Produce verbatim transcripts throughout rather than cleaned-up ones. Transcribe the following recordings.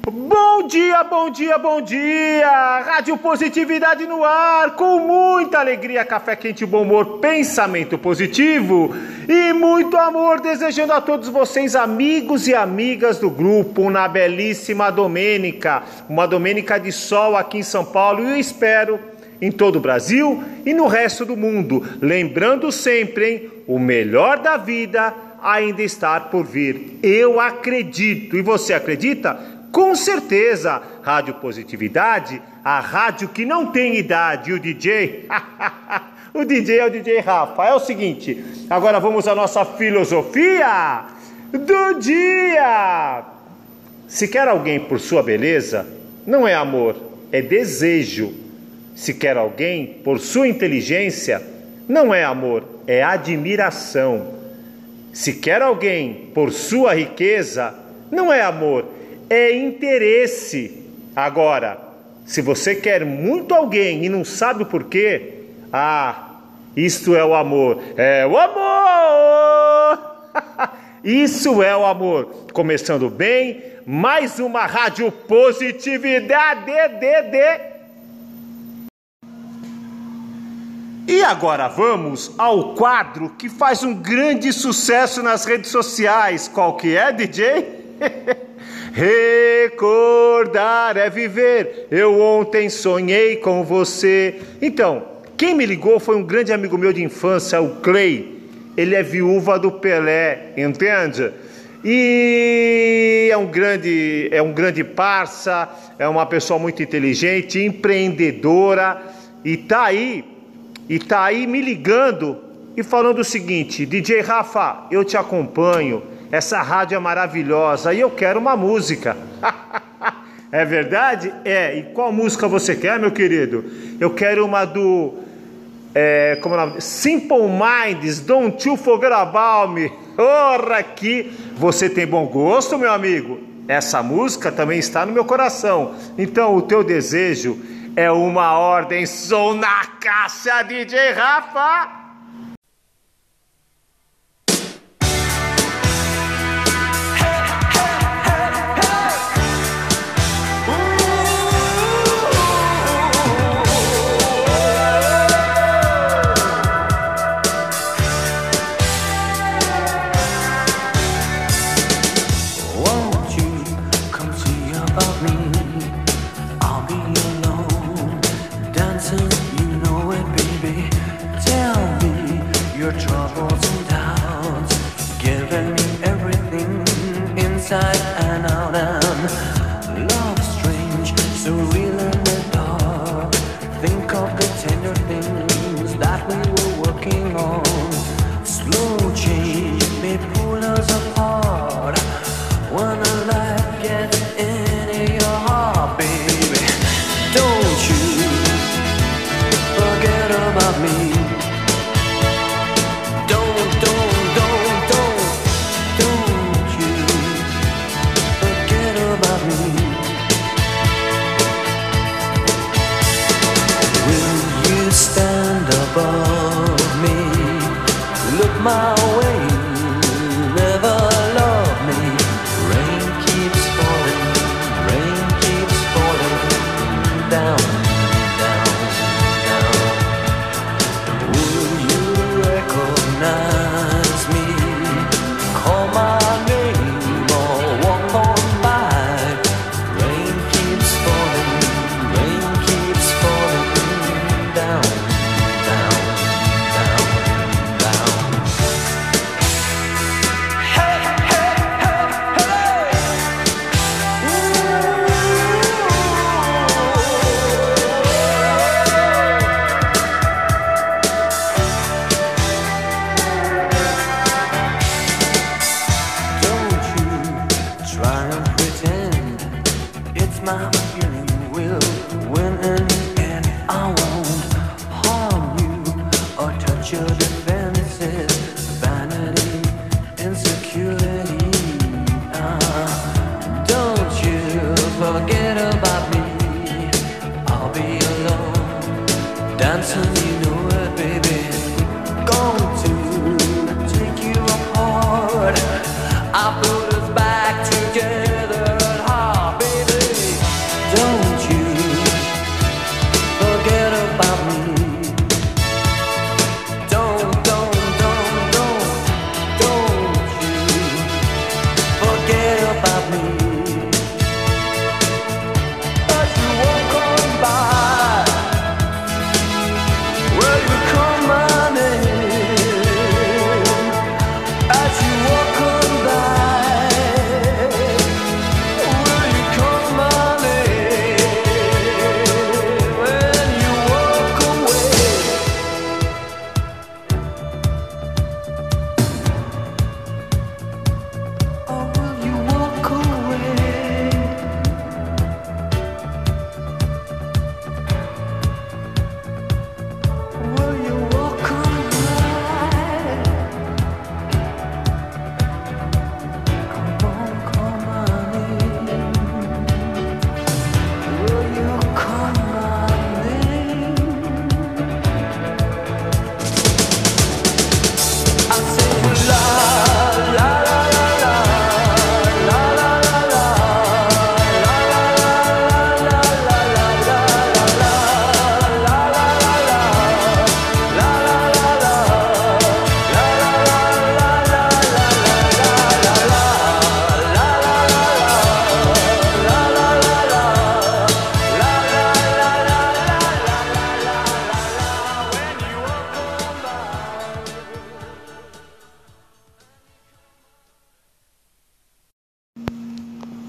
Bom dia, bom dia, bom dia! Rádio Positividade no ar, com muita alegria, café quente, bom humor, pensamento positivo e muito amor, desejando a todos vocês, amigos e amigas do grupo, na belíssima Domênica, uma Domênica de sol aqui em São Paulo, e eu espero em todo o Brasil e no resto do mundo. Lembrando sempre, hein, o melhor da vida ainda está por vir. Eu acredito. E você acredita? Com certeza. Rádio Positividade, a rádio que não tem idade. E o D J? O D J é o D J Rafa. É o seguinte, agora vamos à nossa filosofia do dia. Se quer alguém por sua beleza, não é amor, é desejo. Se quer alguém por sua inteligência, não é amor, é admiração. Se quer alguém por sua riqueza, não é amor, é interesse. Agora, se você quer muito alguém e não sabe o porquê, ah, isto é o amor, é o amor! Isso é o amor. Começando bem, mais uma Rádio Positividade, de, de. E agora vamos ao quadro que faz um grande sucesso nas redes sociais. Qual que é, D J? Recordar é viver. Eu ontem sonhei com você. Então, quem me ligou foi um grande amigo meu de infância, o Clay. Ele é viúva do Pelé, entende? E é um grande, é um grande parça, é uma pessoa muito inteligente, empreendedora, e tá aí E tá aí me ligando e falando o seguinte: D J Rafa, eu te acompanho, essa rádio é maravilhosa e eu quero uma música. É verdade? É. E qual música você quer, meu querido? Eu quero uma do... É, como é o nome? Simple Minds, Don't You Forget About Me. Ora, que você tem bom gosto, meu amigo. Essa música também está no meu coração. Então o teu desejo é uma ordem, som na caixa, D J Rafa! Inside and out, and love strange, so real in the dark. Think of the tender things that we were working on. Slow change may pull us apart. When a light gets into your heart, baby, don't you forget about me. My way, never love me. Rain keeps falling, rain keeps falling down, down, down. Will you recognize me? Call my name or walk on by. Rain keeps falling, rain keeps falling down. My feeling will win in the end. I won't harm you or touch your defenses. Vanity, insecurity. Uh, don't you forget about me. I'll be alone, dancing, you know it, baby. Going to take you apart. I put us back together at heart, baby.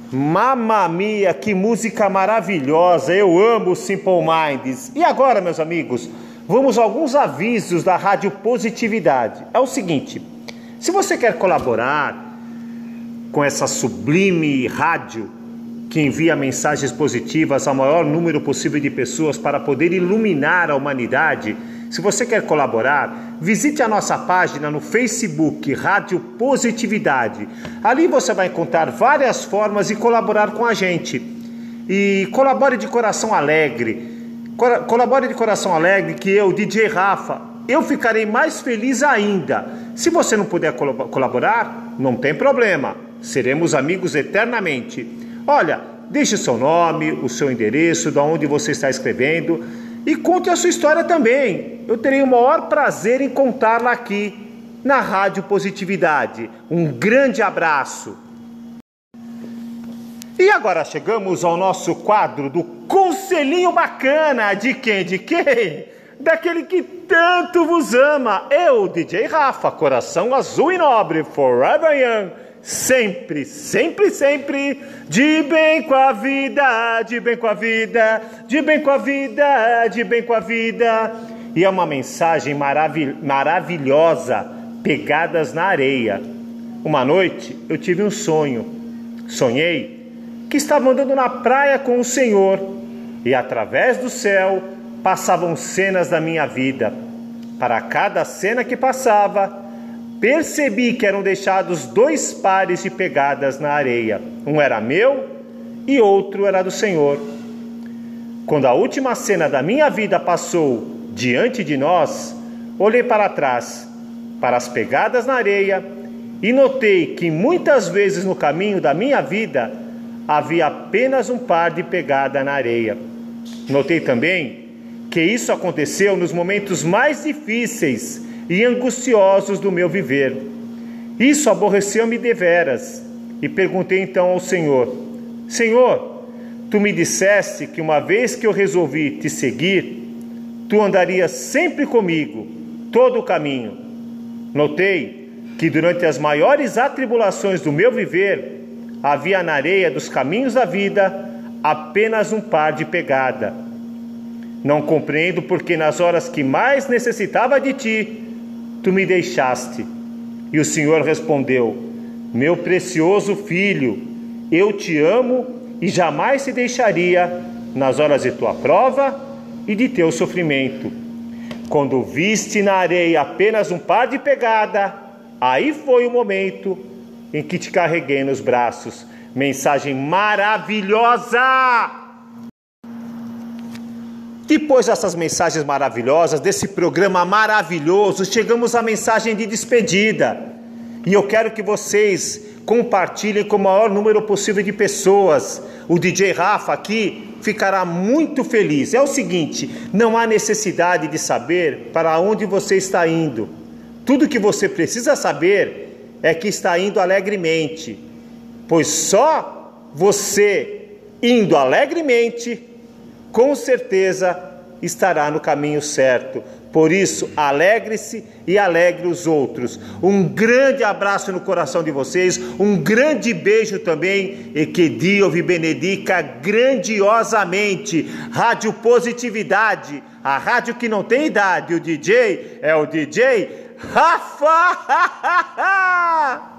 Mamma mia, que música maravilhosa, eu amo Simple Minds. E agora, meus amigos, vamos a alguns avisos da Rádio Positividade. É o seguinte, se você quer colaborar com essa sublime rádio que envia mensagens positivas ao maior número possível de pessoas para poder iluminar a humanidade, se você quer colaborar, visite a nossa página no Facebook, Rádio Positividade. Ali você vai encontrar várias formas de colaborar com a gente. E colabore de coração alegre. Colabore de coração alegre que eu, D J Rafa, eu ficarei mais feliz ainda. Se você não puder colaborar, não tem problema. Seremos amigos eternamente. Olha, deixe o seu nome, o seu endereço, de onde você está escrevendo e conte a sua história também. Eu terei o maior prazer em contá-la aqui na Rádio Positividade. Um grande abraço. E agora chegamos ao nosso quadro do Conselhinho Bacana. De quem? De quem? Daquele que tanto vos ama. Eu, D J Rafa, coração azul e nobre, forever young. Sempre, sempre, sempre, de bem com a vida, de bem com a vida, de bem com a vida, de bem com a vida. E é uma mensagem maravil- maravilhosa, pegadas na areia. Uma noite eu tive um sonho. Sonhei que estava andando na praia com o Senhor e através do céu passavam cenas da minha vida. Para cada cena que passava, percebi que eram deixados dois pares de pegadas na areia. Um era meu e outro era do Senhor. Quando a última cena da minha vida passou diante de nós, olhei para trás, para as pegadas na areia, e notei que muitas vezes no caminho da minha vida havia apenas um par de pegada na areia. Notei também que isso aconteceu nos momentos mais difíceis e angustiosos do meu viver. Isso aborreceu-me deveras, e perguntei então ao Senhor: Senhor, tu me disseste que uma vez que eu resolvi te seguir, tu andarias sempre comigo, todo o caminho. Notei que durante as maiores atribulações do meu viver, havia na areia dos caminhos da vida apenas um par de pegada. Não compreendo porque nas horas que mais necessitava de ti, tu me deixaste. E o Senhor respondeu: meu precioso filho, eu te amo e jamais te deixaria nas horas de tua prova e de teu sofrimento. Quando viste na areia apenas um par de pegada, aí foi o momento em que te carreguei nos braços. Mensagem maravilhosa! Depois dessas mensagens maravilhosas, desse programa maravilhoso, chegamos à mensagem de despedida. E eu quero que vocês compartilhem com o maior número possível de pessoas. O D J Rafa aqui ficará muito feliz. É o seguinte, não há necessidade de saber para onde você está indo. Tudo que você precisa saber é que está indo alegremente. Pois só você indo alegremente, com certeza estará no caminho certo. Por isso, alegre-se e alegre os outros. Um grande abraço no coração de vocês, um grande beijo também, e que Dio vi benedica grandiosamente. Rádio Positividade, a rádio que não tem idade. O D J é o D J Rafa!